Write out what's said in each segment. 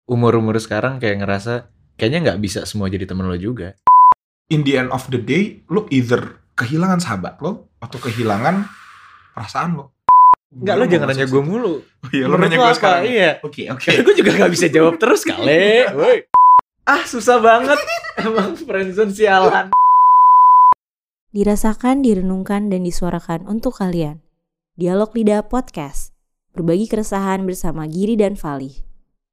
umur sekarang kayak ngerasa kayaknya nggak bisa semua jadi temen lo juga. In the end of the day, lo either kehilangan sahabat lo atau kehilangan perasaan lo. Enggak, lo jangan nanya gue mulu. Oh iya, lo Menurut nanya lo gue apa? sekarang. Iya. Oke. Karena gue juga gak bisa jawab terus kali. Woi. Susah banget. Emang friendzone sialan. Dirasakan, direnungkan, dan disuarakan untuk kalian. Dialog Lidah Podcast. Berbagi keresahan bersama Giri dan Fali.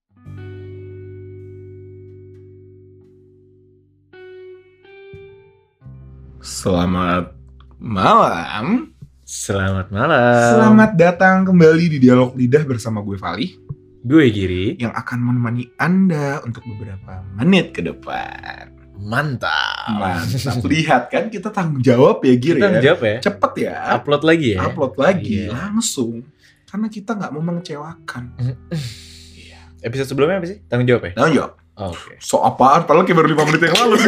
Selamat malam. Selamat malam. Selamat datang kembali di Dialog Lidah bersama gue Fali. Gue Giri. Yang akan menemani Anda untuk beberapa menit ke depan. Mantap. Lihat kan kita tanggung jawab ya Giri Kita ya. jawab ya. Cepet ya. Upload lagi ya. Upload lagi Iya. langsung. Karena kita gak mau mengecewakan. Episode sebelumnya apa sih? Tanggung jawab ya? Tanggung jawab. Oke. So apaan? Padahal kayak baru 5 menit yang lalu.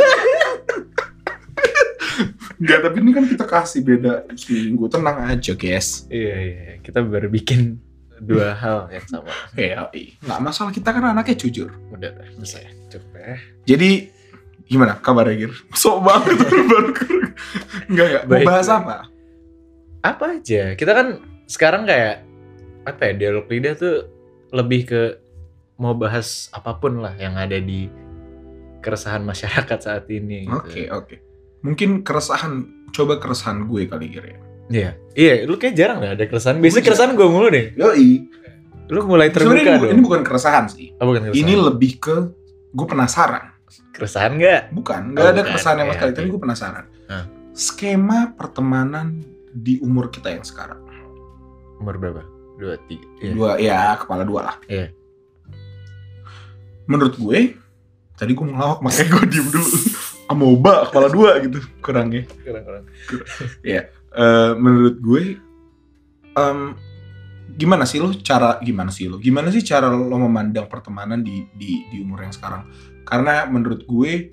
Enggak, tapi ini kan kita kasih beda seminggu. Tenang aja guys. Iya. Kita baru bikin dua hal yang sama. Nggak masalah, kita kan anaknya jujur. Udah bisa ya. Cukup ya. Jadi gimana kabarnya Gir? Sok banget baru. Enggak. Mau Baik. bahas apa? Apa aja? Kita kan sekarang kayak apa ya? Dialog lidah tuh lebih ke mau bahas apapun lah yang ada di keresahan masyarakat saat ini. Gitu. Oke. Mungkin coba keresahan gue kali Gir ya. Iya, lu kayak jarang gak ada keresahan. Biasanya Gue keresahan gue mulu deh. Yoi. Lu mulai terbuka Sebenarnya dong. ini bukan keresahan sih. Oh, bukan keresahan. Ini lebih ke gue penasaran. Keresahan gak? Bukan, Oh, nggak ada bukan. keresahan sama Iya, sekali. oke. Tapi gue penasaran. Hah. Skema pertemanan di umur kita yang sekarang. Umur berapa? 2, 3. Iya. Dua, ya kepala dua lah. Iya. Menurut gue, tadi gue ngelawak makanya gue diem dulu. Amoeba kepala dua gitu kurangnya. Kurang. Menurut gue, gimana sih cara lo memandang pertemanan di umur yang sekarang? Karena menurut gue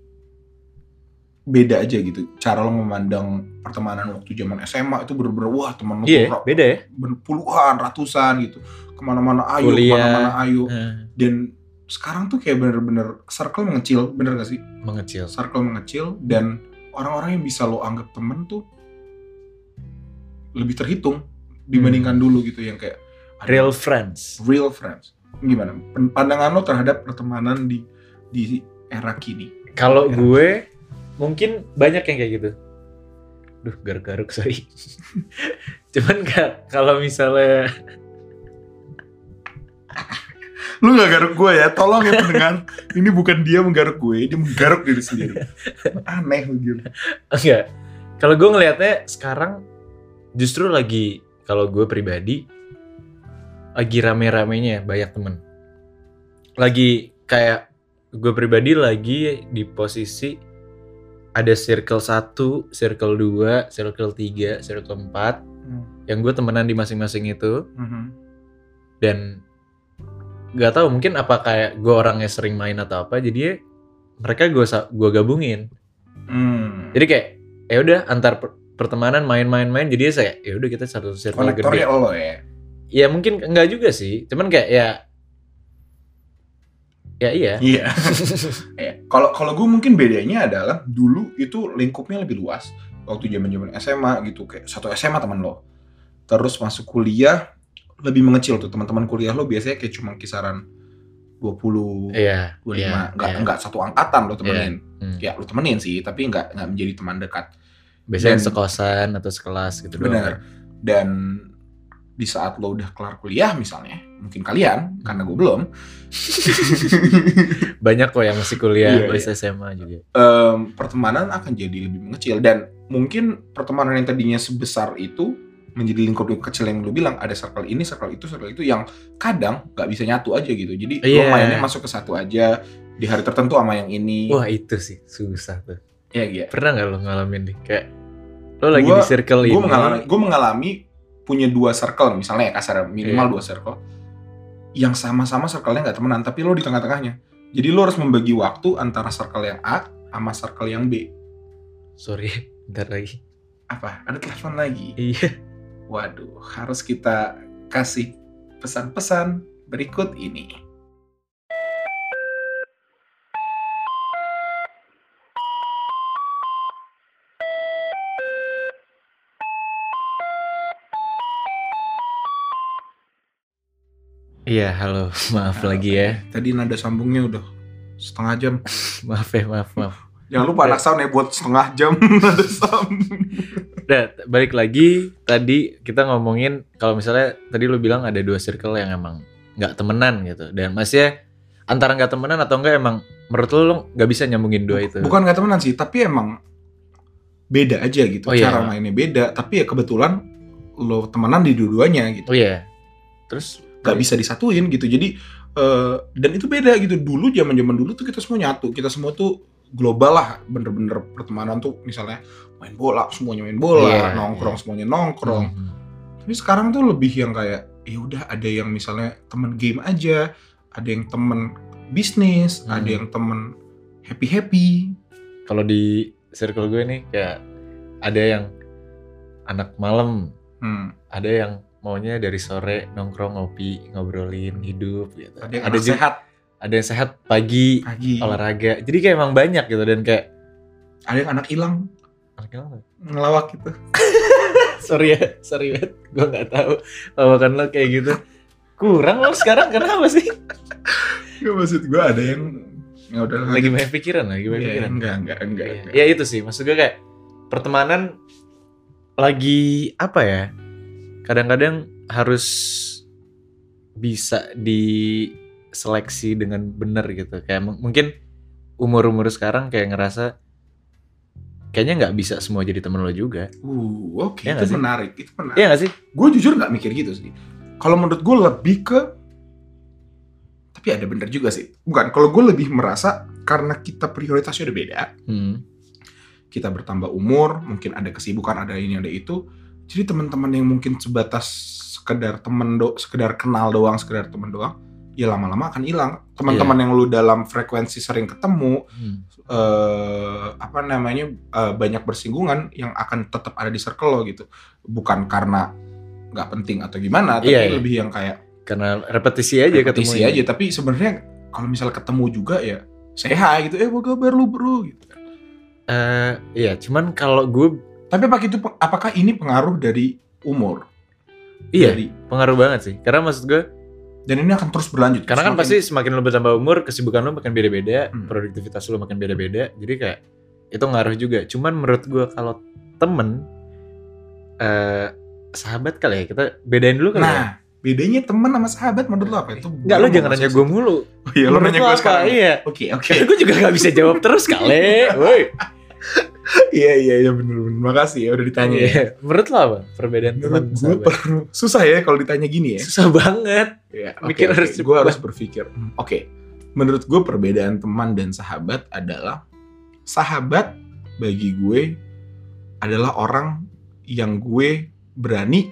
beda aja gitu. Cara lo memandang pertemanan waktu zaman SMA itu bener-bener wah teman lo Iya, beda ya. puluhan, ratusan gitu. Kemana-mana ayo, Kuliah. kemana-mana ayo. Nah, Dan sekarang tuh kayak bener-bener circle mengecil, bener gak sih? mengecil. Circle mengecil dan orang-orang yang bisa lo anggap temen tuh lebih terhitung dibandingkan dulu gitu yang kayak Real friends. real friends. Gimana? Pandangan lo terhadap pertemanan di era kini? Kalau gue mungkin banyak yang kayak gitu. Duh, garuk-garuk sorry. Cuman kalau misalnya Lu gak garuk gue ya, tolong ya pendengar. Ini bukan dia menggaruk gue, dia menggaruk diri sendiri. Aneh lu gitu. enggak. Kalau gue ngelihatnya sekarang justru lagi kalau gue pribadi lagi rame-ramenya banyak temen. Lagi kayak gue pribadi lagi di posisi ada circle 1, circle 2, circle 3, circle 4 yang gue temenan di masing-masing itu. Dan gak tahu mungkin apa kayak gue orangnya sering main atau apa, jadi mereka gue gabungin. Jadi kayak ya udah antar pertemanan main jadi saya ya udah kita satu circle gede. Konektornya lo ya. Ya mungkin enggak juga sih, cuman kayak ya iya. Iya. Kalau gue mungkin bedanya adalah dulu itu lingkupnya lebih luas. Waktu zaman SMA gitu, kayak satu SMA teman lo. Terus masuk kuliah lebih mengecil tuh, teman-teman kuliah lo biasanya kayak cuma kisaran 20, Iya, 25, iya. enggak satu angkatan lo temenin. Iya. Ya lo temenin sih, tapi enggak menjadi teman dekat. Biasanya Dan- sekosan atau sekelas gitu doang. Benar. Dan di saat lo udah kelar kuliah misalnya, mungkin kalian, karena gue belum, Banyak kok yang masih kuliah, Iya, masih SMA juga. pertemanan akan jadi lebih mengecil. Dan mungkin pertemanan yang tadinya sebesar itu menjadi lingkup kecil yang lo bilang, ada circle ini, circle itu yang kadang gak bisa nyatu aja gitu. Jadi lo Iya. mainnya masuk ke satu aja, di hari tertentu sama yang ini. Wah itu sih susah tuh. Ya gitu. Pernah nggak lo ngalamin deh kayak lo lagi Gua- di circle ini? Gue mengalami punya 2 circle misalnya ya, kasar minimal 2 circle yang sama-sama circle-nya gak temenan, tapi lo di tengah-tengahnya. Jadi lo harus membagi waktu antara circle yang A sama circle yang B. Sorry, bentar lagi. Apa? Ada telepon lagi? Iya. Waduh, harus kita kasih pesan-pesan berikut ini. Iya, halo. Maaf lagi ya. Tadi nada sambungnya udah setengah jam. Maaf ya, maaf. Jangan lupa anak sound ya buat setengah jam nada sambung. Udah, balik lagi. Tadi kita ngomongin kalau misalnya tadi lu bilang ada 2 circle yang emang nggak temenan gitu. Dan masih antara nggak temenan atau enggak emang menurut lu nggak bisa nyambungin 2 itu. Bukan nggak temenan sih, tapi emang beda aja gitu. Oh, iya. Cara mainnya beda. Tapi ya kebetulan lo temenan di dua-duanya gitu. Oh iya. Terus Gak bisa disatuin gitu. Jadi dan itu beda gitu. Dulu zaman dulu tuh kita semua nyatu. Kita semua tuh global lah, bener-bener pertemanan tuh misalnya main bola, semuanya main bola, nongkrong semuanya nongkrong. Tapi sekarang tuh lebih yang kayak ya udah ada yang misalnya temen game aja, ada yang temen bisnis, ada yang temen happy. Kalau di circle gue nih kayak ada yang anak malam, ada yang maunya dari sore nongkrong ngopi ngobrolin hidup gitu. Ada yang sehat, ada yang sehat pagi olahraga. Jadi kayak emang banyak gitu dan kayak ada yang anak hilang apa? Ngelawak gitu. sorry banget, gue nggak tahu lawakan lo kayak gitu. Kurang lo sekarang kenapa sih? Gak, maksud gue ada yang ya udah lagi banyak pikiran. Enggak. Ya itu sih maksud gue kayak pertemanan lagi apa ya? Kadang-kadang harus bisa diseleksi dengan benar gitu. Kayak mungkin umur sekarang kayak ngerasa kayaknya nggak bisa semua jadi temen lo juga. Oke, itu menarik. Iya nggak sih? Gue jujur nggak mikir gitu sih. Kalau menurut gue lebih ke, tapi ada bener juga sih. Bukan, kalau gue lebih merasa karena kita prioritasnya udah beda. Kita bertambah umur, mungkin ada kesibukan, ada ini, ada itu. Jadi teman-teman yang mungkin sebatas sekedar sekedar kenal doang, sekedar teman doang, ya lama-lama akan hilang. Teman-teman yang lu dalam frekuensi sering ketemu, banyak bersinggungan yang akan tetap ada di circle lo gitu. Bukan karena nggak penting atau gimana, tapi lebih yang kayak karena repetisi aja. Tapi sebenarnya kalau misalnya ketemu juga ya say hi gitu, apa kabar lu bro gitu. Iya, cuman kalau gue tapi apakah ini pengaruh dari umur? Iya, pengaruh banget sih. Karena maksud gue, dan ini akan terus berlanjut. Karena kan pasti semakin lo bertambah umur, kesibukan lo makin beda-beda, produktivitas lo makin beda-beda. Jadi kayak itu ngaruh juga. Cuman menurut gue kalau temen, sahabat kali ya, kita bedain dulu kali ya. Nah, bedanya temen sama sahabat menurut lo apa? Itu enggak, lo jangan nanya gue mulu. Oh iya, lo nanya gue sekarang. Iya. Oke. Gue juga gak bisa jawab terus kali. Woi. Iya bener. Makasih ya udah ditanya. Iya. Menurut lo apa perbedaan teman sahabat? Susah ya kalau ditanya gini ya. Susah banget. Ya, Gue harus berpikir. Oke. Menurut gue perbedaan teman dan sahabat adalah sahabat bagi gue adalah orang yang gue berani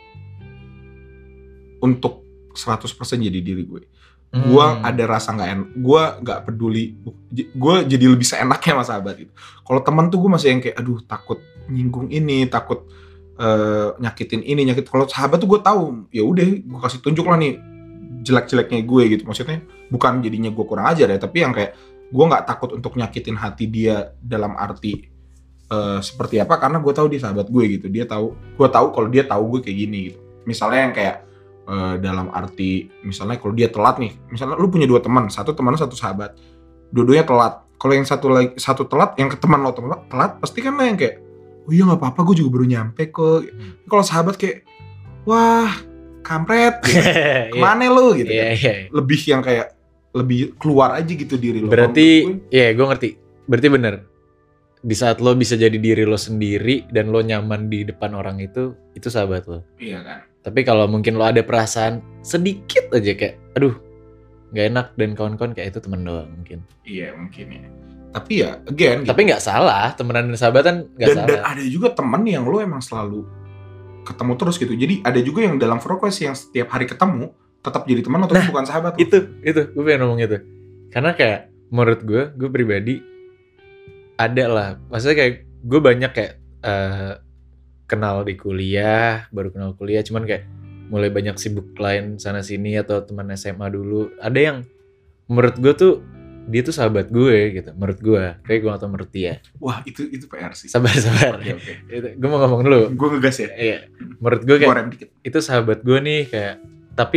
untuk 100% jadi diri gue. Gue ada rasa nggak enak, gue nggak peduli, gue jadi lebih seenaknya sama sahabat gitu. Kalau teman tuh gue masih yang kayak aduh takut nyinggung ini, takut nyakitin ini, kalau sahabat tuh gue tahu ya udah gue kasih tunjuk lah nih jelek-jeleknya gue gitu. Maksudnya bukan jadinya gue kurang ajar ya, tapi yang kayak gue nggak takut untuk nyakitin hati dia dalam arti seperti apa, karena gue tahu dia sahabat gue gitu. Gue tahu kalau dia tahu gue kayak gini gitu. Misalnya yang kayak dalam arti misalnya kalau dia telat nih, misalnya lu punya 2 teman, satu sahabat, dua-duanya telat. Kalau yang satu telat, yang ke teman lo telat, pasti kan lo yang kayak oh iya nggak apa-apa, gue juga baru nyampe kok. Kalau sahabat kayak wah kampret gitu. Kemana lo gitu kan. Lebih yang kayak lebih keluar aja gitu diri lo. Berarti gue ngerti, berarti bener di saat lo bisa jadi diri lo sendiri dan lo nyaman di depan orang itu sahabat lo. Iya kan. Tapi kalau mungkin lo ada perasaan sedikit aja kayak aduh nggak enak dan kawan-kawan, kayak itu temen doang mungkin. Iya mungkin ya. Tapi ya again gitu. Tapi nggak salah, temenan dan sahabatan nggak salah. Dan ada juga temen yang lo emang selalu ketemu terus gitu. Jadi ada juga yang dalam frekuensi yang setiap hari ketemu tetap jadi teman atau bukan sahabat lo. Itu gue pengen ngomong itu. Karena kayak menurut gue pribadi ada lah. Maksudnya kayak gue banyak kayak kenal di kuliah, baru kenal kuliah, cuman kayak mulai banyak sibuk lain sana sini atau teman SMA dulu. Ada yang menurut gue tuh dia tuh sahabat gue gitu, menurut gue. Kayak gue gak tau menurut dia. Wah itu PR sih. Sabar. Okay. Gue mau ngomong dulu. Gue ngegas ya. Iya. Menurut gue kayak itu sahabat gue nih kayak. Tapi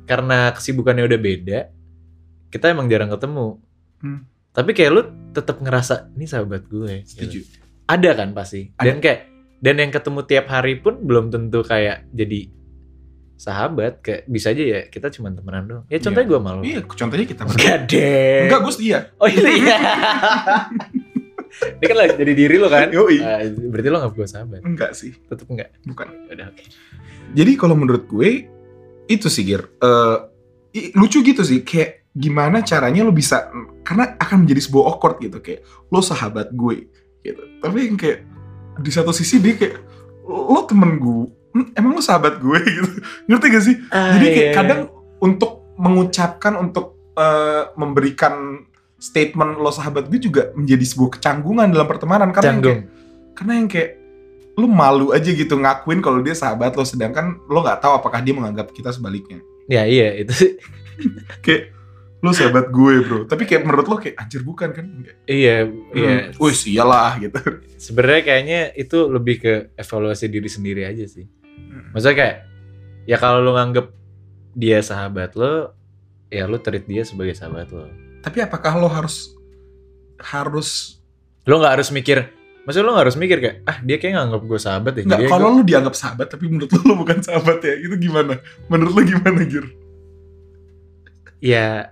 karena kesibukannya udah beda, kita emang jarang ketemu. Tapi kayak lu tetap ngerasa ini sahabat gue. Setuju. Gitu. Ada kan pasti. Dan yang ketemu tiap hari pun belum tentu kayak jadi sahabat. Kayak bisa aja ya kita cuma temenan doang. Ya contohnya gue malu. Iya, contohnya kita Enggak deh. Enggak, gue setia. Oh iya. Ini kan lagi jadi diri lo kan? Yoi. Berarti lo gak gue sahabat? Enggak sih. Tetep enggak? Bukan. Udah oke. Jadi kalau menurut gue itu sih Gir, lucu gitu sih, kayak gimana caranya lo bisa, karena akan menjadi sebuah awkward gitu, kayak lo sahabat gue gitu, tapi yang kayak di satu sisi dia kayak lo temen gue, emang lo sahabat gue gitu, ngerti gak sih? Jadi kayak kadang untuk mengucapkan, untuk memberikan statement lo sahabat gue juga menjadi sebuah kecanggungan dalam pertemanan, karena yang kayak lu malu aja gitu ngakuin kalau dia sahabat lo, sedangkan lo nggak tahu apakah dia menganggap kita sebaliknya. Ya iya itu. Kayak lo sahabat gue bro, tapi kayak menurut lo kayak anjir bukan kan? Iya. Wih iyalah gitu. Sebenarnya kayaknya itu lebih ke evaluasi diri sendiri aja sih. Maksudnya kayak ya kalau lo nganggep dia sahabat lo, ya lo treat dia sebagai sahabat lo. Tapi apakah lo harus lo nggak harus mikir. Maksudnya lo gak harus mikir kayak, dia kayak nganggap gue sahabat ya. Nggak, kalau lo dianggap sahabat tapi menurut lo bukan sahabat ya, itu gimana? Menurut lo gimana Gir? Ya,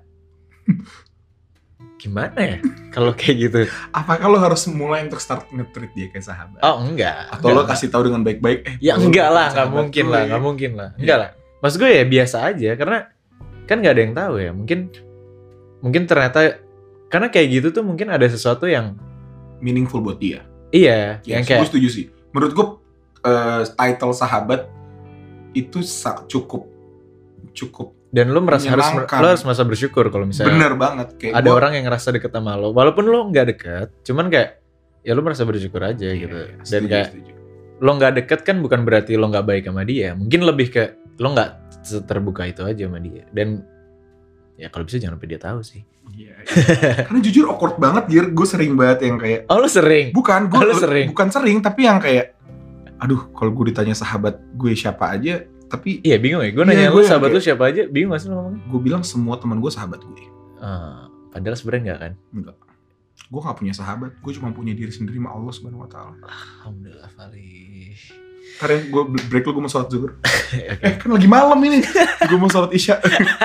gimana ya kalau kayak gitu? Apakah lo harus mulai untuk start nge-treat dia kayak sahabat? Oh enggak. Atau lo kasih tahu dengan baik-baik? Ya enggak lah, gak mungkin lah. Enggak lah. Maksud gue ya biasa aja, karena kan gak ada yang tahu ya. Mungkin ternyata, karena kayak gitu tuh mungkin ada sesuatu yang meaningful buat dia. Iya, yang kayak gue setuju sih. Menurut gue title sahabat itu cukup. Dan lo harus merasa bersyukur kalau misalnya. Bener banget. Kayak ada orang yang ngerasa deket sama lo, walaupun lo nggak deket, cuman kayak ya lo merasa bersyukur aja gitu. Dan kayak lo nggak deket kan bukan berarti lo nggak baik sama dia. Mungkin lebih ke lo nggak terbuka itu aja sama dia. Dan ya kalau bisa jangan sampai dia tahu sih. Iya. Karena jujur awkward banget Gir, gue sering banget yang kayak. Oh lo sering? Bukan, bukan sering, tapi yang kayak, aduh kalau gue ditanya sahabat gue siapa aja, tapi iya bingung ya. Gue nanya lo sahabat lo siapa aja, bingung gak sih lo ngomongnya? Gue bilang semua teman gue sahabat gue. Padahal sebenarnya enggak kan? Enggak. Gue gak punya sahabat, gue cuma punya diri sendiri sama Allah Subhanahu Wa Taala. Alhamdulillah Fali. Ntar ya, gue break lu, gue mau sholat zuhur. Okay. Kan lagi malam ini, gue mau sholat isya.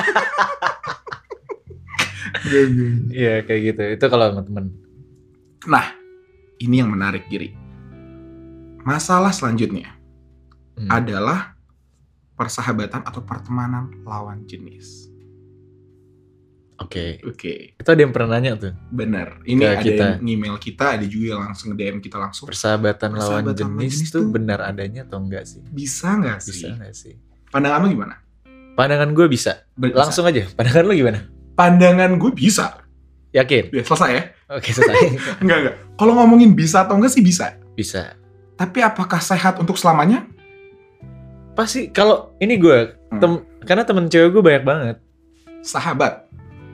Iya kayak gitu. Itu kalau sama temen. Nah, ini yang menarik Giri. Masalah selanjutnya adalah persahabatan atau pertemanan lawan jenis. Oke. Oke. Itu ada yang pernah nanya tuh. Bener. Ini ada yang email kita, ada juga yang langsung DM kita langsung. Persahabatan lawan jenis tuh benar adanya atau enggak sih? Bisa nggak sih? Bisa nggak sih? Pandangan lu gimana? Pandangan gue bisa. Langsung aja. Pandangan lu gimana? Pandangan gue bisa. Yakin? Ya, selesai ya? Oke, selesai. Enggak. Kalau ngomongin bisa atau enggak sih bisa. Bisa. Tapi apakah sehat untuk selamanya? Pasti kalau ini gue, karena temen cewek gue banyak banget. Sahabat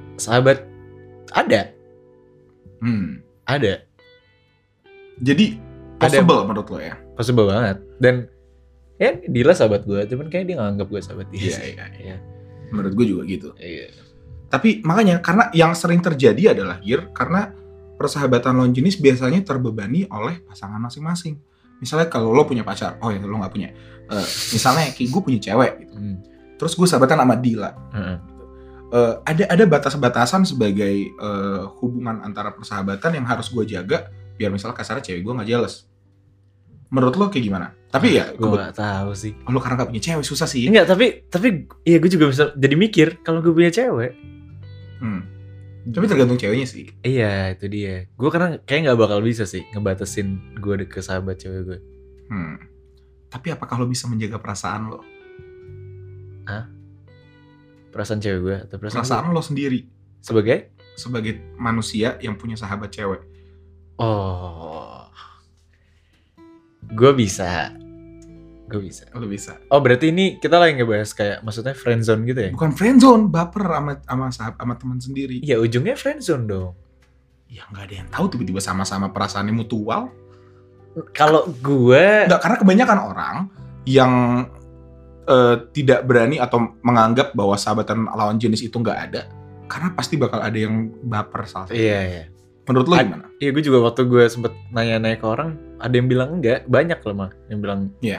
ada. Ada. Jadi possible menurut lo ya? Possible banget. Dan ya Dila sahabat gue, cuman kayak dia nganggap gue sahabat dia. Iya. Menurut gue juga gitu. Iya. Tapi makanya karena yang sering terjadi adalah karena persahabatan lawan jenis biasanya terbebani oleh pasangan masing-masing. Misalnya kalau lo punya pacar, oh ya lo nggak punya. Misalnya kayak gue punya cewek gitu. Terus gue sahabatan sama Dila. Ada batas-batasan sebagai hubungan antara persahabatan yang harus gue jaga biar misalnya kasarnya cewek gue nggak jealous. Menurut lo kayak gimana? Tapi ya gue nggak tahu sih. Lo karena nggak punya cewek susah sih. Enggak, tapi ya gue juga bisa jadi mikir kalau gue punya cewek. Tapi tergantung ceweknya sih. Iya itu dia. Gue karena kayak nggak bakal bisa sih ngebatasin gue ke sahabat cewek gue. Tapi apakah lo bisa menjaga perasaan lo? Hah? Perasaan cewek gue atau perasaan lo sendiri? Sebagai manusia yang punya sahabat cewek. Oh, gue bisa. Lo bisa. Oh berarti ini kita lagi ngebahas kayak maksudnya friendzone gitu ya? Bukan friendzone, baper sama teman sendiri. Ya ujungnya friendzone dong. Ya nggak ada yang tahu tiba-tiba sama-sama perasaannya mutual. Kalau gue nggak, karena kebanyakan orang yang tidak berani atau menganggap bahwa sahabatan lawan jenis itu nggak ada, karena pasti bakal ada yang baper salah satu. Iya. Menurut lo gimana? Iya, gue juga waktu gue sempet nanya-nanya ke orang, ada yang bilang enggak, banyak loh mah yang bilang.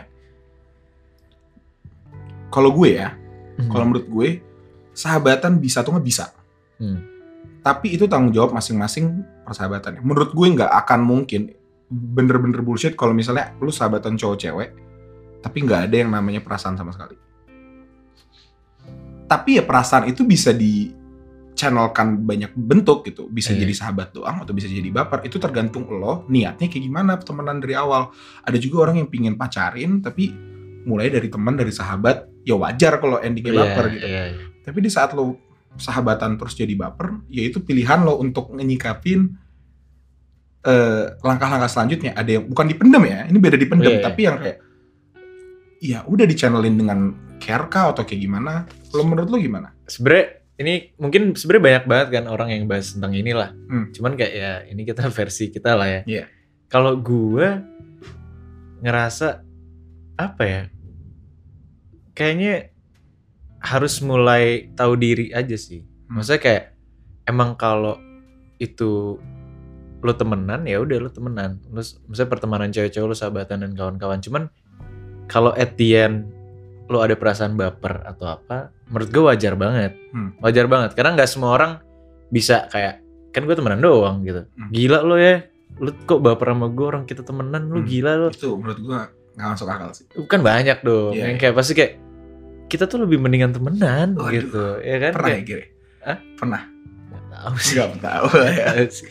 Kalau gue ya, kalau menurut gue sahabatan bisa tuh nggak bisa. Tapi itu tanggung jawab masing-masing persahabatannya. Menurut gue nggak akan mungkin bener-bener bullshit kalau misalnya lu sahabatan cowok cewek tapi nggak ada yang namanya perasaan sama sekali. Tapi ya perasaan itu bisa di channelkan banyak bentuk gitu. Bisa jadi sahabat doang atau bisa jadi baper. Itu tergantung lo niatnya kayak gimana temenan dari awal. Ada juga orang yang pingin pacarin tapi mulai dari teman, dari sahabat, ya wajar kalau endingnya baper gitu. Tapi di saat lo sahabatan terus jadi baper, ya itu pilihan lo untuk nyikapin langkah-langkah selanjutnya. Ada yang bukan dipendam ya, ini beda dipendam, tapi yang kayak ya udah di-channelin dengan care kah atau kayak gimana? Lo menurut lo gimana? Sebenarnya ini mungkin sebenarnya banyak banget kan orang yang bahas tentang inilah. Cuman kayak ya ini kita versi kita lah ya. Kalau gue ngerasa apa ya? Kayaknya harus mulai tahu diri aja sih. Maksudnya kayak emang kalau itu lo temenan ya udah lo temenan. Maksudnya pertemanan cewek-cewek lo sahabatan dan kawan-kawan. Cuman kalau at the end lo ada perasaan baper atau apa, menurut gue wajar banget. Wajar banget karena nggak semua orang bisa kayak kan gue temenan doang gitu. Gila lo ya. Lo kok baper sama gue, orang kita temenan, lo gila lo. Itu menurut gue nggak masuk akal sih. Kan banyak dong yang kayak pasti kayak kita tuh lebih mendingan temenan gitu, ya kan? Pernah kayak, ya Gire? Hah? Pernah? Gak tahu sih. Gak tahu ya.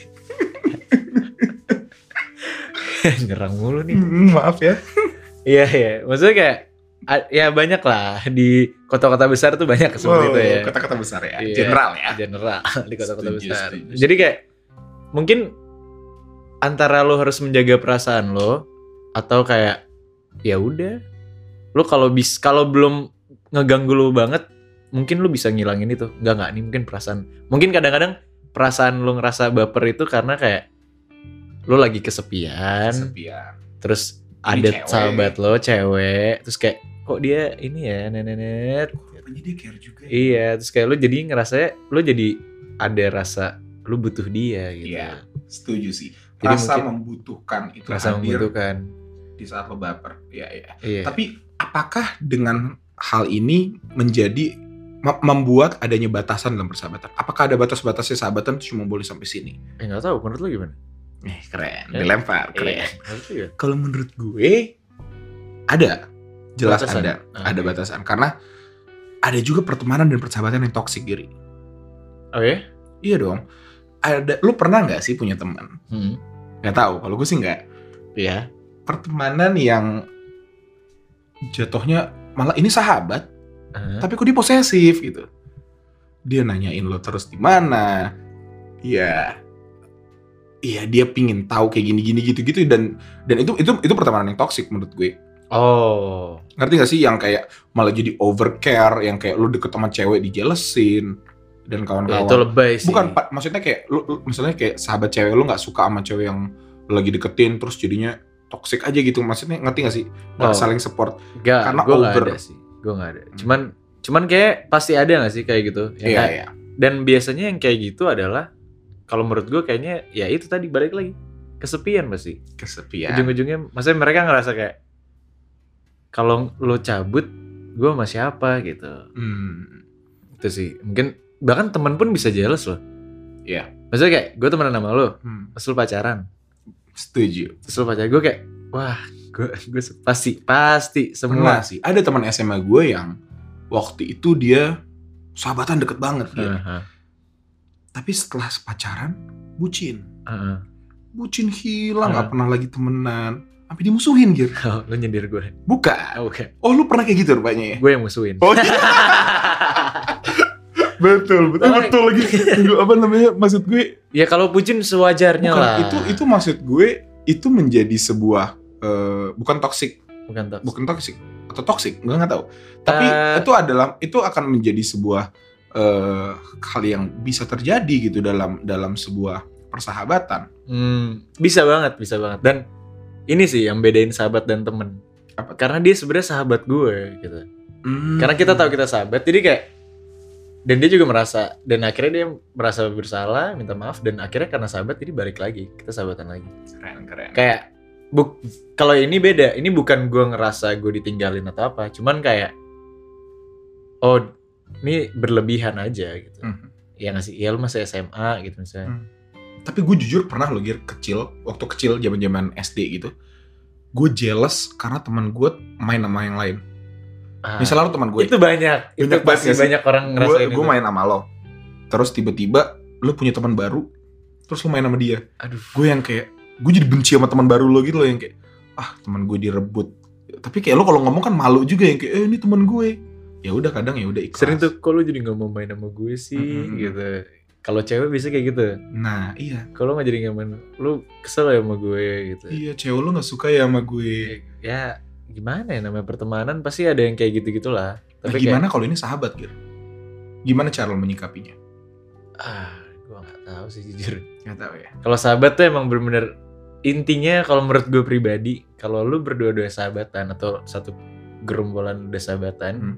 Nyerang mulu nih. Maaf ya. Iya. Maksudnya kayak ya banyak lah di kota-kota besar tuh banyak seperti itu ya. Kota-kota besar ya. Iya, General ya. General di kota-kota besar. Setuju. Jadi kayak mungkin antara lo harus menjaga perasaan lo atau kayak ya udah. Lo kalau belum ngeganggu lo banget, mungkin lo bisa ngilangin itu. Enggak, ini mungkin perasaan. Mungkin kadang-kadang perasaan lo ngerasa baper itu karena kayak lo lagi kesepian. Terus ada sahabat lo cewek, terus kayak kok dia ini ya nenet. Rupanya dia care juga ya. Iya, terus kayak lo jadi ngerasa lo jadi ada rasa lo butuh dia gitu. Iya, setuju sih. Jadi Rasa membutuhkan itu rasa hadir membutuhkan di saat lo baper. Iya. Tapi Tapi apakah dengan hal ini menjadi membuat adanya batasan dalam persahabatan? Apakah ada batas-batasnya sahabatan cuma boleh sampai sini? nggak tahu menurut lo gimana? Keren, dilempar, keren. Iya. Kalau menurut gue ada, jelas Batasan. ada batasan. Karena ada juga pertemanan dan persahabatan yang toksik, Giri. Oh ya? Iya dong. Lu pernah nggak sih punya teman? Nggak tahu. Kalau gue sih nggak. Iya. Pertemanan yang jatuhnya malah ini sahabat, tapi kok dia posesif gitu. Dia nanyain lo terus di mana. Iya dia pingin tahu kayak gini gitu dan itu pertemanan yang toksik menurut gue. Oh. Ngerti gak sih yang kayak malah jadi overcare, yang kayak lu deket sama cewek dijelesin dan kawan-kawan. Ya, itu lebay sih. Bukan maksudnya kayak lu misalnya kayak sahabat cewek lu nggak suka sama cewek yang lu lagi deketin terus jadinya toksik aja gitu. Maksudnya ngerti gak sih? Nggak saling support. Gak, karena gue over. Gak ada sih. Gue gak ada. Cuman kayak pasti ada gak sih kayak gitu? Ya, Iya. Dan biasanya yang kayak gitu adalah kalau menurut gue kayaknya ya itu tadi balik lagi kesepian pasti. Kesepian. Ujung-ujungnya maksudnya mereka ngerasa kayak kalau lo cabut gue sama siapa gitu. Itu sih. Mungkin bahkan teman pun bisa jealous loh. Iya. Maksudnya kayak gue temenan sama lo, pas lo pacaran. Setuju. Terus lo pacaran gue kayak wah gue pasti semua. Pernah sih. Ada teman SMA gue yang waktu itu dia sahabatan deket banget dia. Tapi setelah pacaran, bucin. Bucin hilang, gak pernah lagi temenan. Sampai dimusuhin, Gir. Oh, lu nyindir gue? Bukan. Oke. Oh, lu pernah kayak gitu rupanya ya? Gue yang musuhin. Oh, iya. betul lagi. Apa namanya, maksud gue? Ya kalau bucin sewajarnya bukan, lah. Itu maksud gue, itu menjadi sebuah, bukan toksik. Bukan toksik. Atau toksik, gue gak tahu. Tapi itu akan menjadi sebuah hal yang bisa terjadi gitu dalam sebuah persahabatan. Bisa banget. Dan ini sih yang bedain sahabat dan temen. Apa? Karena dia sebenarnya sahabat gue gitu. Karena kita tahu kita sahabat, jadi kayak dan dia juga merasa, dan akhirnya dia merasa bersalah, minta maaf, dan akhirnya karena sahabat jadi balik lagi, kita sahabatan lagi. Keren. Kayak kalau ini beda, ini bukan gue ngerasa gue ditinggalin atau apa, cuman kayak oh ini berlebihan aja gitu. Ya nggak sih, ya lu masih SMA gitu misalnya. Tapi gue jujur pernah loh waktu kecil zaman SD gitu, gue jealous karena teman gue main sama yang lain. Misalnya lo teman gue itu banyak orang ngerasain itu. Gue main sama lo, terus tiba-tiba lo punya teman baru, terus lo main sama dia. Aduh, gue yang kayak gue jadi benci sama teman baru lo gitu loh, yang kayak teman gue direbut. Tapi kayak lo kalau ngomong kan malu juga, yang kayak ini teman gue. Ya udah, kadang ya udah ikhlas. Sering tuh, kok lo jadi nggak mau main sama gue sih gitu. Kalau cewek bisa kayak gitu. Nah iya, kalau nggak jadi nggak main, lo kesel ya sama gue gitu. Iya, cewek lo nggak suka ya sama gue. Ya gimana ya, namanya pertemanan pasti ada yang kayak gitu-gitulah. Tapi gimana kalau ini sahabat, Gir? Gimana cara lo menyikapinya? Gue nggak tahu sih jujur. Nggak tahu ya. Kalau sahabat tuh emang bener-bener intinya, kalau menurut gue pribadi, kalau lu berdua-dua sahabatan atau satu gerombolan udah sahabatan,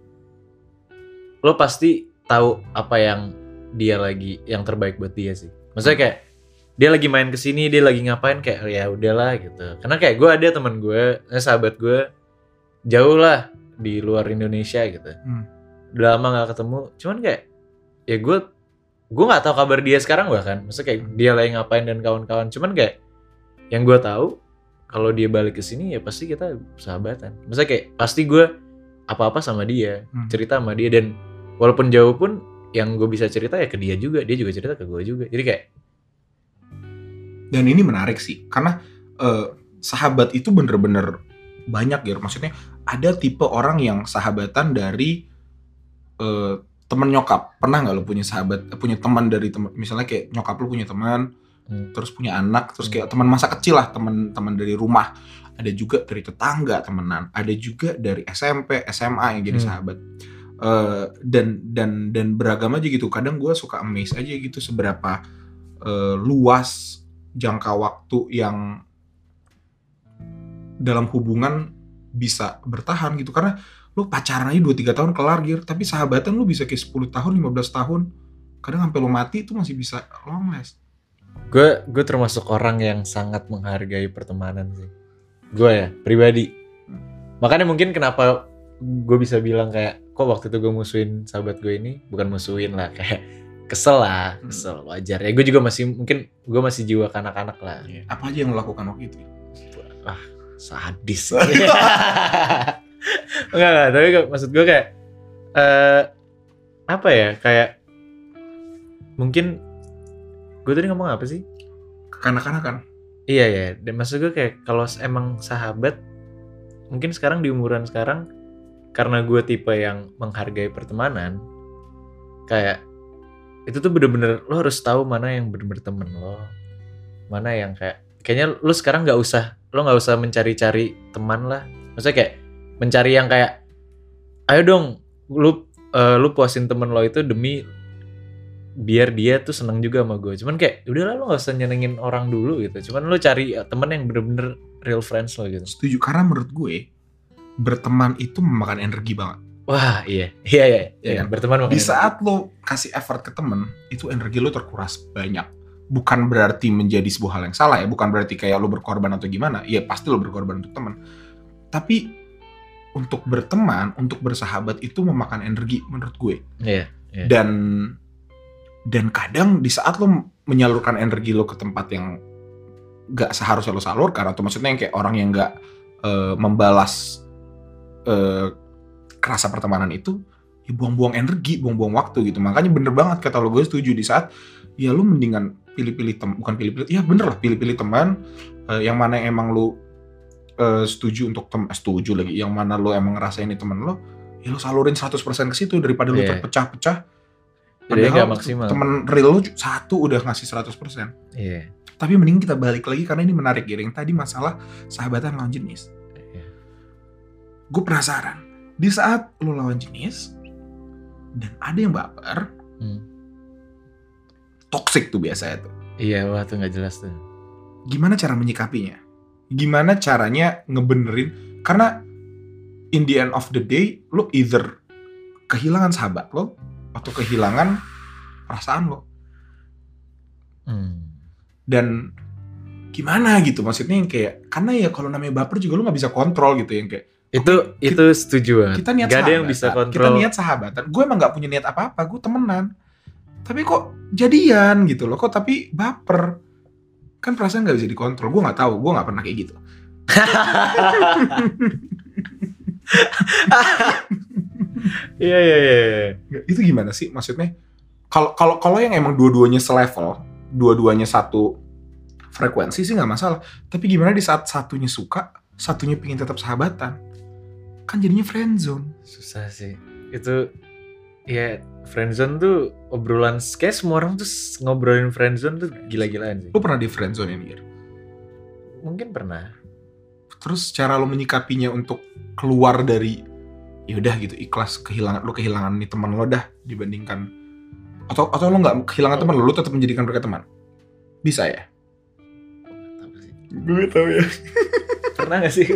lo pasti tahu apa yang dia lagi, yang terbaik buat dia sih. Maksudnya kayak dia lagi main kesini, dia lagi ngapain, kayak ya udahlah gitu. Karena kayak gue ada teman gue, sahabat gue jauh lah di luar Indonesia gitu. Udah lama nggak ketemu, cuman kayak ya gue nggak tahu kabar dia sekarang bahkan. Maksudnya kayak dia lagi ngapain dan kawan-kawan. Cuman kayak yang gue tahu kalau dia balik ke sini ya pasti kita sahabatan. Maksudnya kayak pasti gue apa-apa sama dia, cerita sama dia, dan walaupun jauh pun yang gue bisa cerita ya ke dia juga, dia juga cerita ke gue juga. Jadi kayak, dan ini menarik sih, karena sahabat itu bener-bener banyak ya. Maksudnya ada tipe orang yang sahabatan dari teman nyokap. Pernah nggak lo punya teman dari teman, misalnya kayak nyokap lo punya teman, terus punya anak, terus kayak teman masa kecil lah, teman dari rumah. Ada juga dari tetangga temenan, ada juga dari SMP, SMA yang jadi sahabat. Dan beragam aja gitu. Kadang gue suka amaze aja gitu seberapa luas jangka waktu yang dalam hubungan bisa bertahan gitu. Karena lu pacaran aja 2-3 tahun kelar, Gir, tapi sahabatan lu bisa kayak 10 tahun, 15 tahun. Kadang sampai lu mati itu masih bisa long last. Gue termasuk orang yang sangat menghargai pertemanan sih. Gue ya, pribadi. Makanya mungkin kenapa gue bisa bilang kayak, kok waktu itu gue musuhin sahabat gue ini, bukan musuhin lah, kayak kesel wajar ya. Gue juga gue masih jiwa kanak-kanak lah. Apa aja yang lo lakukan waktu itu? Sadis. Enggak, tapi maksud gue kayak apa ya, kayak mungkin gue tadi ngomong apa sih? Kekanak-kanakan. Iya ya, dan maksud gue kayak kalau emang sahabat, mungkin sekarang di umuran sekarang, karena gue tipe yang menghargai pertemanan, kayak itu tuh bener-bener lo harus tahu mana yang bener-bener temen lo, mana yang kayaknya lo sekarang nggak usah mencari-cari teman lah. Maksudnya kayak mencari yang kayak, ayo dong lu puasin temen lo itu demi biar dia tuh seneng juga sama gue. Cuman kayak udahlah, lo nggak usah nyenengin orang dulu gitu. Cuman lo cari temen yang bener-bener real friends lo gitu. Setuju, karena menurut gue berteman itu memakan energi banget. Wah iya. Berteman di saat lo kasih effort ke temen, itu energi lo terkuras banyak. Bukan berarti menjadi sebuah hal yang salah ya, bukan berarti kayak lo berkorban atau gimana. Ya pasti lo berkorban untuk temen, tapi untuk berteman, untuk bersahabat itu memakan energi menurut gue. Iya. Dan kadang di saat lo menyalurkan energi lo ke tempat yang gak seharusnya lo salurkan, atau maksudnya yang kayak orang yang gak membalas kerasa pertemanan itu, ya buang-buang energi, buang-buang waktu gitu. Makanya bener banget kata lo, gue setuju di saat ya lo mendingan pilih-pilih teman yang mana yang emang lo setuju lagi, yang mana lo emang ngerasain ini temen lo, ya lo salurin 100% ke situ daripada lo terpecah-pecah. Padahal temen real lo satu udah ngasih 100%. Iya. Tapi mending kita balik lagi, karena ini menarik, Giring. Tadi masalah sahabatan lawan jenis. Gue penasaran, di saat lo lawan jenis dan ada yang baper, toxic tuh biasanya tuh. Iya, wah tuh nggak jelas tuh. Gimana cara menyikapinya? Gimana caranya ngebenerin? Karena in the end of the day lo either kehilangan sahabat lo atau kehilangan perasaan lo. Dan gimana gitu, maksudnya yang kayak, karena ya kalau namanya baper juga lo nggak bisa kontrol gitu, yang kayak itu setuju banget. Kita niat gak ada sahabatan, yang bisa kontrol. kita niat sahabatan. Gue emang nggak punya niat apa-apa, gue temenan. Tapi kok jadian gitu loh, kok tapi baper. Kan perasaan nggak bisa dikontrol. Gue nggak tahu, gue nggak pernah kayak gitu. Iya. Itu gimana sih maksudnya? Kalau yang emang dua-duanya selevel, dua-duanya satu frekuensi sih nggak masalah. Tapi gimana di saat satunya suka, satunya pengen tetap sahabatan? Kan jadinya friendzone. Susah sih. Itu ya, friendzone tuh obrolan, kayak semua orang tuh ngobrolin friendzone tuh gila-gilaan sih. Lu pernah di friendzone ini? Mungkin pernah. Terus cara lo menyikapinya untuk keluar dari, ya udah gitu, ikhlas kehilangan nih teman lo dah, dibandingkan atau lo nggak kehilangan teman lo tetap menjadikan mereka teman, bisa ya? Gue tahu ya. Pernah nggak sih?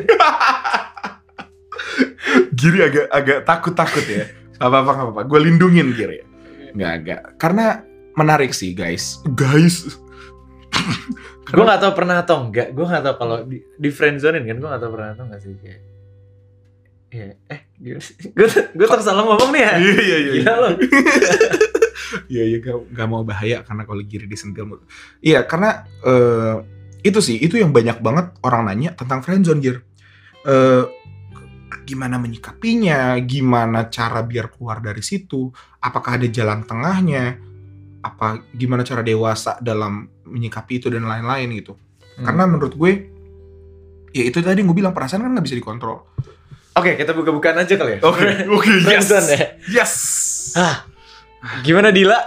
Giri agak takut ya. Gak apa-apa. Gue lindungin Giri. Nggak. Karena menarik sih guys. Gue nggak tahu pernah atau enggak. Gue nggak tahu kalau di friendzonein kan. Gue nggak tahu pernah atau enggak sih kayak. Iya. Gue tersalah ngomong nih ya. Iya. Gila lo. Iya, gak mau bahaya karena kalau Giri disentil mulu. Iya, karena itu yang banyak banget orang nanya tentang friendzone, Gir. Gimana menyikapinya, gimana cara biar keluar dari situ, apakah ada jalan tengahnya, gimana cara dewasa dalam menyikapi itu dan lain-lain gitu. Karena menurut gue, ya itu tadi gue bilang, perasaan kan gak bisa dikontrol. Oke, kita buka-bukaan aja kali ya. Oke, yes. Ya? Yes. Gimana Dila?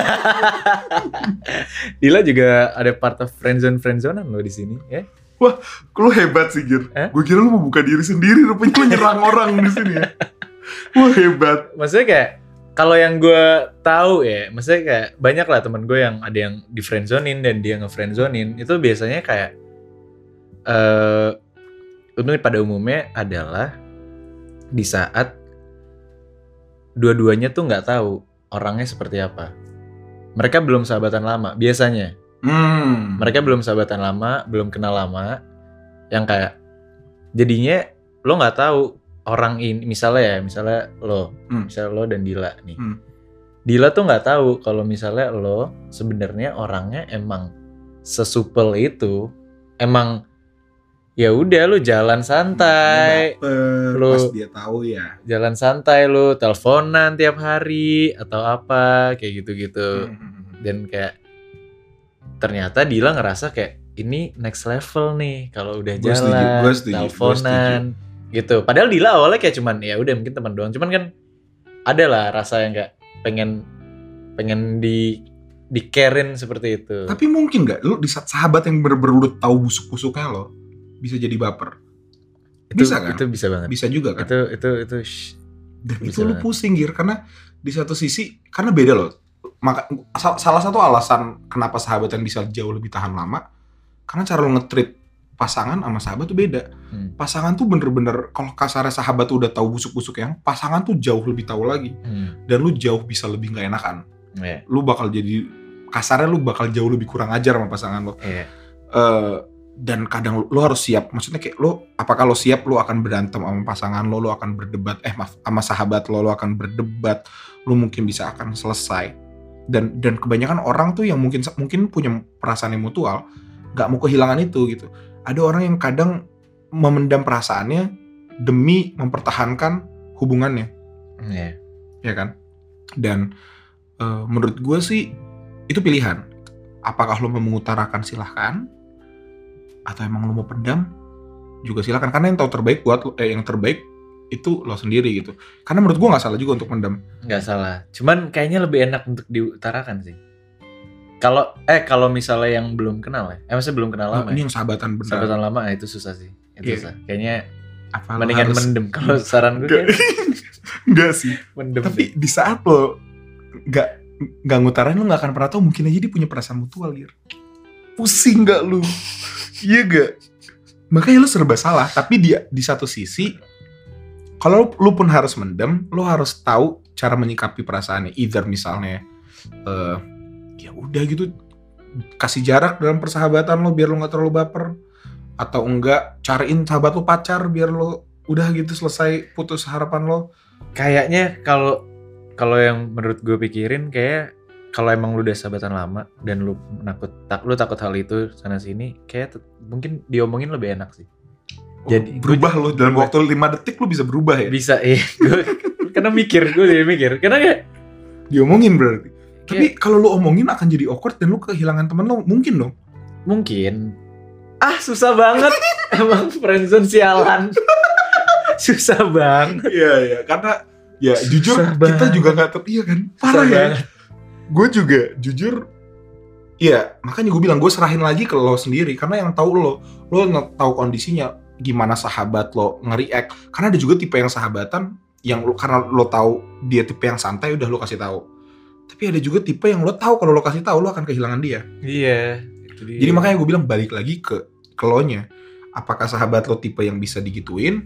Dila juga ada part of friendzonean lo di sini, ya? Wah, lu hebat sih, Gir. Gue kira lu mau buka diri sendiri, rupanya lu nyerang orang di sini ya. Wah, hebat. Maksudnya kayak, kalau yang gue tahu ya, maksudnya kayak banyak lah teman gue yang ada yang di friendzonein dan dia nge-friendzonein, itu biasanya kayak pada umumnya adalah di saat dua-duanya tuh nggak tahu orangnya seperti apa. Mereka belum sahabatan lama biasanya. Mereka belum sahabatan lama, belum kenal lama, yang kayak jadinya lo nggak tahu orang ini, misalnya lo dan Dila nih. Dila tuh nggak tahu kalau misalnya lo sebenarnya orangnya emang sesupel itu, emang ya udah lu jalan santai, lu pas dia tahu ya. Jalan santai, lu teleponan tiap hari atau apa kayak gitu-gitu. Dan kayak ternyata Dila ngerasa kayak ini next level nih kalau udah jalan, teleponan gitu. Padahal Dila awalnya kayak cuman ya udah mungkin teman doang. Cuman kan ada lah rasa yang kayak pengen di carein seperti itu. Tapi mungkin nggak lu di saat sahabat yang bener-bener lu tahu busuk-busuknya lo bisa jadi baper? Bisa kan? Itu bisa banget. Bisa juga kan? Itu dan itu lu pusing, Gir, karena di satu sisi karena beda loh. Salah satu alasan kenapa sahabatan bisa jauh lebih tahan lama karena cara lu nge-treat pasangan sama sahabat tuh beda. Pasangan tuh bener-bener kalau kasarnya sahabat tuh udah tahu busuk-busuk yang, pasangan tuh jauh lebih tahu lagi. Dan lu jauh bisa lebih nggak enakan. Lu bakal jadi kasarnya lu bakal jauh lebih kurang ajar sama pasangan lo. Dan kadang lu harus siap, maksudnya kayak apakah lo siap lu akan berantem sama pasangan lo akan berdebat, sama sahabat lo akan berdebat, lu mungkin bisa akan selesai. Dan kebanyakan orang tuh yang mungkin punya perasaan yang mutual nggak mau kehilangan itu gitu. Ada orang yang kadang memendam perasaannya demi mempertahankan hubungannya, ya kan? Dan menurut gue sih itu pilihan. Apakah lo mau mengutarakan, silahkan. Atau emang lo mau pendam juga silahkan. Karena yang tahu terbaik buat lo, yang terbaik itu lo sendiri gitu. Karena menurut gue nggak salah juga untuk pendam. Nggak salah. Cuman kayaknya lebih enak untuk diutarakan sih. Kalau misalnya yang belum kenal ya, maksudnya belum kenal lama. Ini yang sahabatan benar. Sahabatan lama itu susah sih. Itu susah. Kayaknya mendingan mendem. Kalau saran gue kan. Enggak sih. Mendem. Tapi di saat lo nggak ngutarain, lo nggak akan pernah tahu, mungkin aja dia punya perasaan mutual, Gir. Pusing nggak lu? Iya gak? Makanya lo serba salah. Tapi di satu sisi, kalau lu pun harus mendem, lu harus tahu cara menyikapi perasaannya. Either misalnya ya udah gitu, kasih jarak dalam persahabatan lo biar lo nggak terlalu baper, atau enggak cariin sahabat lo pacar biar lo udah gitu selesai putus harapan lo. Kayaknya kalau yang menurut gue pikirin, kayak kalau emang lu udah sahabatan lama dan lu takut hal itu sana sini, kayak mungkin diomongin lebih enak sih. Jadi Berubah lo dalam waktu 5 detik lo bisa berubah ya. bisa karena gue jadi mikir karena kayak Diomongin berarti. Tapi kalau lo omongin akan jadi awkward dan lo kehilangan temen lo, mungkin dong. mungkin susah banget. Emang friendzone sialan. Susah banget. Iya, karena ya jujur Susah kita banget. juga nggak tahu, iya kan, Susah parah ya. banget. Gue juga jujur, ya makanya gue bilang gue serahin lagi ke lo sendiri, karena yang tahu lo tahu kondisinya gimana sahabat lo nge-react. Karena ada juga tipe yang sahabatan yang lo, karena lo tahu dia tipe yang santai, udah lo kasih tahu. Tapi ada juga tipe yang lo tahu kalau lo kasih tahu lo akan kehilangan dia. Iya, itu dia. Jadi makanya gue bilang balik lagi ke lo-nya. Apakah sahabat lo tipe yang bisa digituin?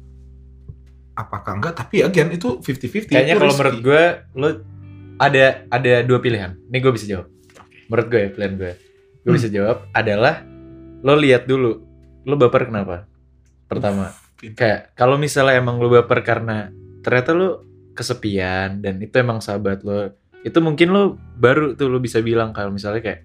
Apakah enggak? Tapi again itu 50-50. Kayaknya itu kalau risky. menurut gue lo ada dua pilihan. Nih gue bisa jawab. Menurut gue ya, pilihan gue. Gue bisa jawab adalah lo lihat dulu lo baper kenapa. Pertama, kayak kalau misalnya emang lo baper karena ternyata lo kesepian dan itu emang sahabat lo, itu mungkin lo baru tuh lo bisa bilang. Kalau misalnya kayak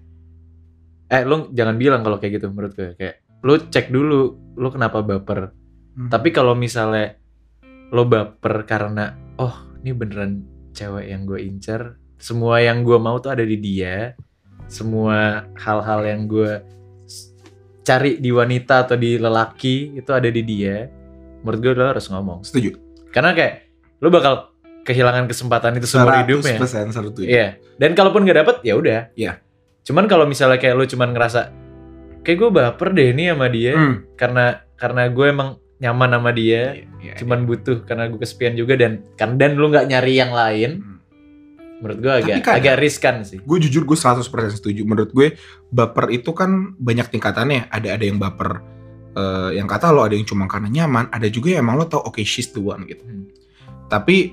lo jangan bilang kalau kayak gitu. Menurut gue kayak lo cek dulu lo kenapa baper. Tapi kalau misalnya lo baper karena ini beneran cewek yang gue incer, semua yang gue mau tuh ada di dia, semua hal-hal yang gue cari di wanita atau di lelaki itu ada di dia, menurut gue lo harus ngomong. Setuju. Karena kayak lo bakal kehilangan kesempatan itu seumur hidupnya. 100% setuju. Iya. Dan kalaupun nggak dapet ya udah. Iya. Cuman kalau misalnya kayak lo cuman ngerasa kayak gue baper deh nih sama dia, karena gue emang nyaman sama dia, cuman butuh karena gue kesepian juga dan lu nggak nyari yang lain. Menurut gue agak riskan sih. Gue jujur gue 100% setuju. Menurut gue baper itu kan banyak tingkatannya. Ada yang baper yang kata lo, ada yang cuma karena nyaman, ada juga yang emang lo tau okay she's the one gitu. Tapi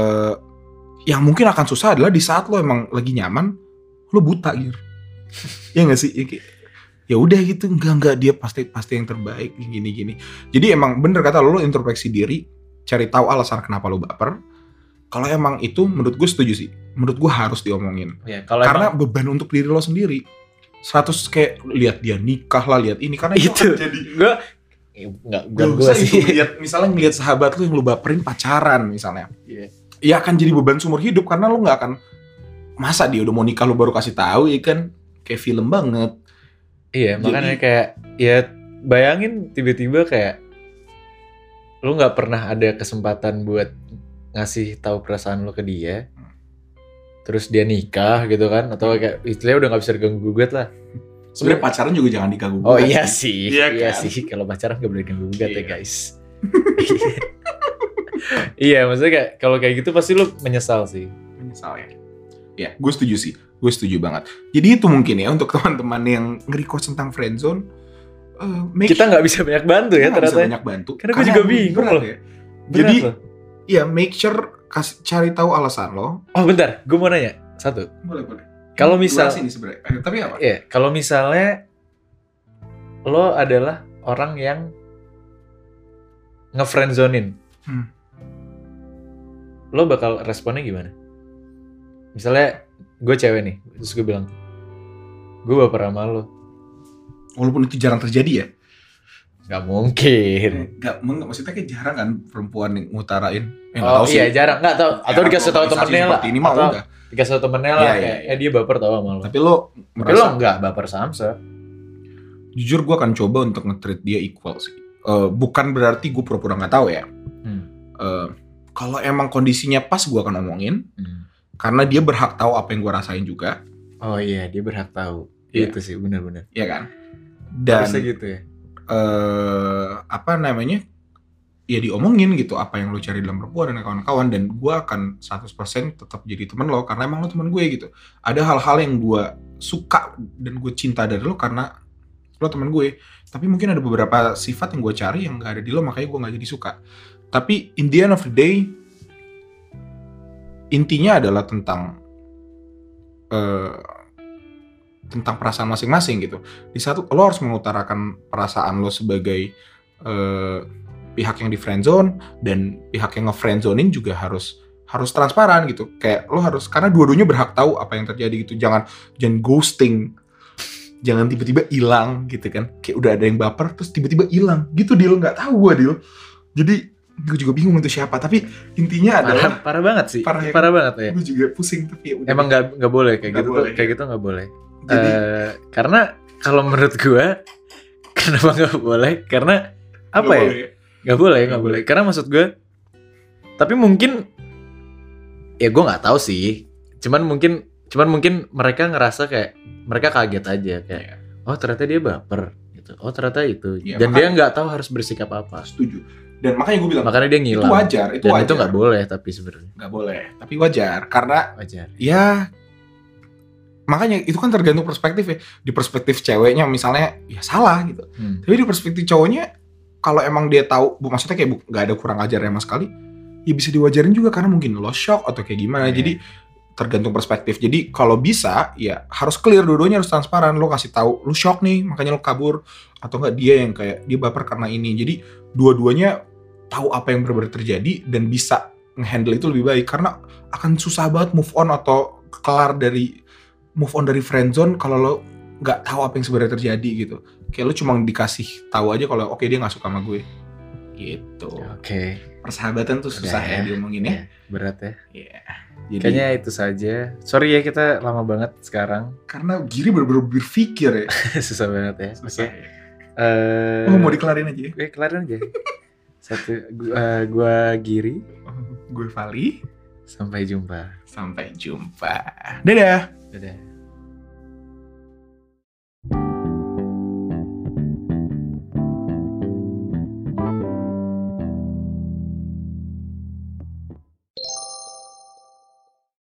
yang mungkin akan susah adalah di saat lo emang lagi nyaman, lo buta gitu. Ya nggak sih? Ya udah gitu, enggak dia pasti yang terbaik gini. Jadi emang bener kata lo introspeksi diri, cari tahu alasan kenapa lo baper. Kalau emang itu menurut gue setuju sih. Menurut gue harus diomongin. Ya, karena beban untuk diri lo sendiri. 100 kayak lihat dia nikah lah, lihat ini, karena itu akan jadi gue sih. Misalnya ngelihat sahabat lo yang lo baperin pacaran misalnya. Iya. Ya akan jadi beban seumur hidup karena lo nggak akan, masa dia udah mau nikah lo baru kasih tahu, ya kan kayak film banget. Iya, makanya kayak ya bayangin tiba-tiba kayak lu nggak pernah ada kesempatan buat ngasih tahu perasaan lu ke dia, terus dia nikah gitu kan, atau kayak istilahnya udah nggak bisa diganggu gugat lah. Sebenarnya pacaran juga jangan diganggu gugat. Oh iya sih, Iya iya kan? sih, kalau pacaran nggak boleh diganggu gugat ya guys. Iya, maksudnya kayak kalau kayak gitu pasti lu menyesal sih. Menyesal ya. Ya, gue setuju sih. Gue setuju banget. Jadi itu mungkin ya untuk teman-teman yang nge-request tentang friendzone. Kita nggak bisa banyak bantu ya ternyata. Bisa banyak bantu. Karena gue juga bingung loh. Ya. Jadi, ya make sure cari tahu alasan lo. Oh bentar, gue mau nanya satu. Boleh. Kalau misal, ini sebenarnya. Tapi apa? Iya, kalau misalnya lo adalah orang yang nge-friendzonin, lo bakal responnya gimana? Misalnya gue cewek nih, terus gue bilang, gue baper sama lo. Walaupun itu jarang terjadi ya. Gak mungkin. Maksudnya kayak jarang kan perempuan yang ngutarain. Oh iya sih. Jarang, nggak tahu. Atau dikasih tahu temennya lah. Ini mah enggak. Dikasih tahu temennya lah. Kayak dia baper tau sama lo. Tapi lo enggak baper samsa. Jujur gue akan coba untuk nge-treat dia equal sih. Bukan berarti gue pura-pura nggak tahu ya. Kalau emang kondisinya pas gue akan omongin. Karena dia berhak tahu apa yang gue rasain juga. Oh iya, dia berhak tahu. Iya. Itu sih benar-benar. Iya kan? Dan bisa gitu ya. Ya diomongin gitu apa yang lo cari dalam perempuan dan kawan-kawan, dan gue akan 100% tetap jadi temen lo karena emang lo temen gue gitu. Ada hal-hal yang gue suka dan gue cinta dari lo karena lo temen gue, tapi mungkin ada beberapa sifat yang gue cari yang gak ada di lo, makanya gue gak jadi suka. Tapi in the end of the day, intinya adalah tentang perasaan masing-masing gitu. Di satu lo harus mengutarakan perasaan lo sebagai pihak yang di friendzone, dan pihak yang nge-friendzonein juga harus transparan gitu. Kayak lo harus, karena dua-duanya berhak tahu apa yang terjadi gitu. Jangan ghosting. Jangan tiba-tiba hilang gitu kan. Kayak udah ada yang baper terus tiba-tiba hilang. Gitu Dil, enggak tahu gua Dil. Jadi gue juga bingung itu siapa, tapi intinya adalah parah banget sih. Parah banget ya. Gue juga pusing, tapi ya udah. Emang nggak boleh kayak gitu tuh, kayak gitu nggak boleh. Jadi, karena kalau menurut gue kenapa nggak boleh? Karena apa ya? Nggak boleh. Karena maksud gue, tapi mungkin ya gue nggak tahu sih. Cuman mungkin mereka ngerasa kayak mereka kaget aja kayak, oh ternyata dia baper gitu. Oh ternyata itu. Ya, dan dia nggak tahu harus bersikap apa. Setuju. Dan makanya gue bilang, makanya dia ngilang. Itu wajar. Dan itu nggak boleh, tapi sebenarnya nggak boleh. Tapi wajar, karena wajar. Ya, makanya itu kan tergantung perspektif ya. Di perspektif ceweknya misalnya ya salah gitu. Tapi di perspektif cowoknya, kalau emang dia tahu, maksudnya kayak nggak ada kurang ajar sama sekali, ya bisa diwajarin juga karena mungkin lo shock atau kayak gimana. Jadi tergantung perspektif. Jadi kalau bisa ya harus clear, dua-duanya harus transparan. Lo kasih tahu lo shock nih, makanya lo kabur, atau enggak dia yang kayak dia baper karena ini. Jadi dua-duanya tahu apa yang benar-benar terjadi dan bisa nge-handle itu lebih baik, karena akan susah banget move on atau move on dari friendzone kalau lo nggak tahu apa yang sebenarnya terjadi gitu. Kayak lo cuma dikasih tahu aja kalau oke, dia nggak suka sama gue gitu. Oke. Persahabatan tuh susah ya diomongin ya. Berat ya. Iya. Jadi, kayaknya itu saja. Sorry ya kita lama banget sekarang. Karena Giri bener-bener berpikir ya. Susah banget ya. Susah. Okay. Mau dikelarin aja ya? Kelarin aja. Gua Giri. Gue Vali. Sampai jumpa. Dadah.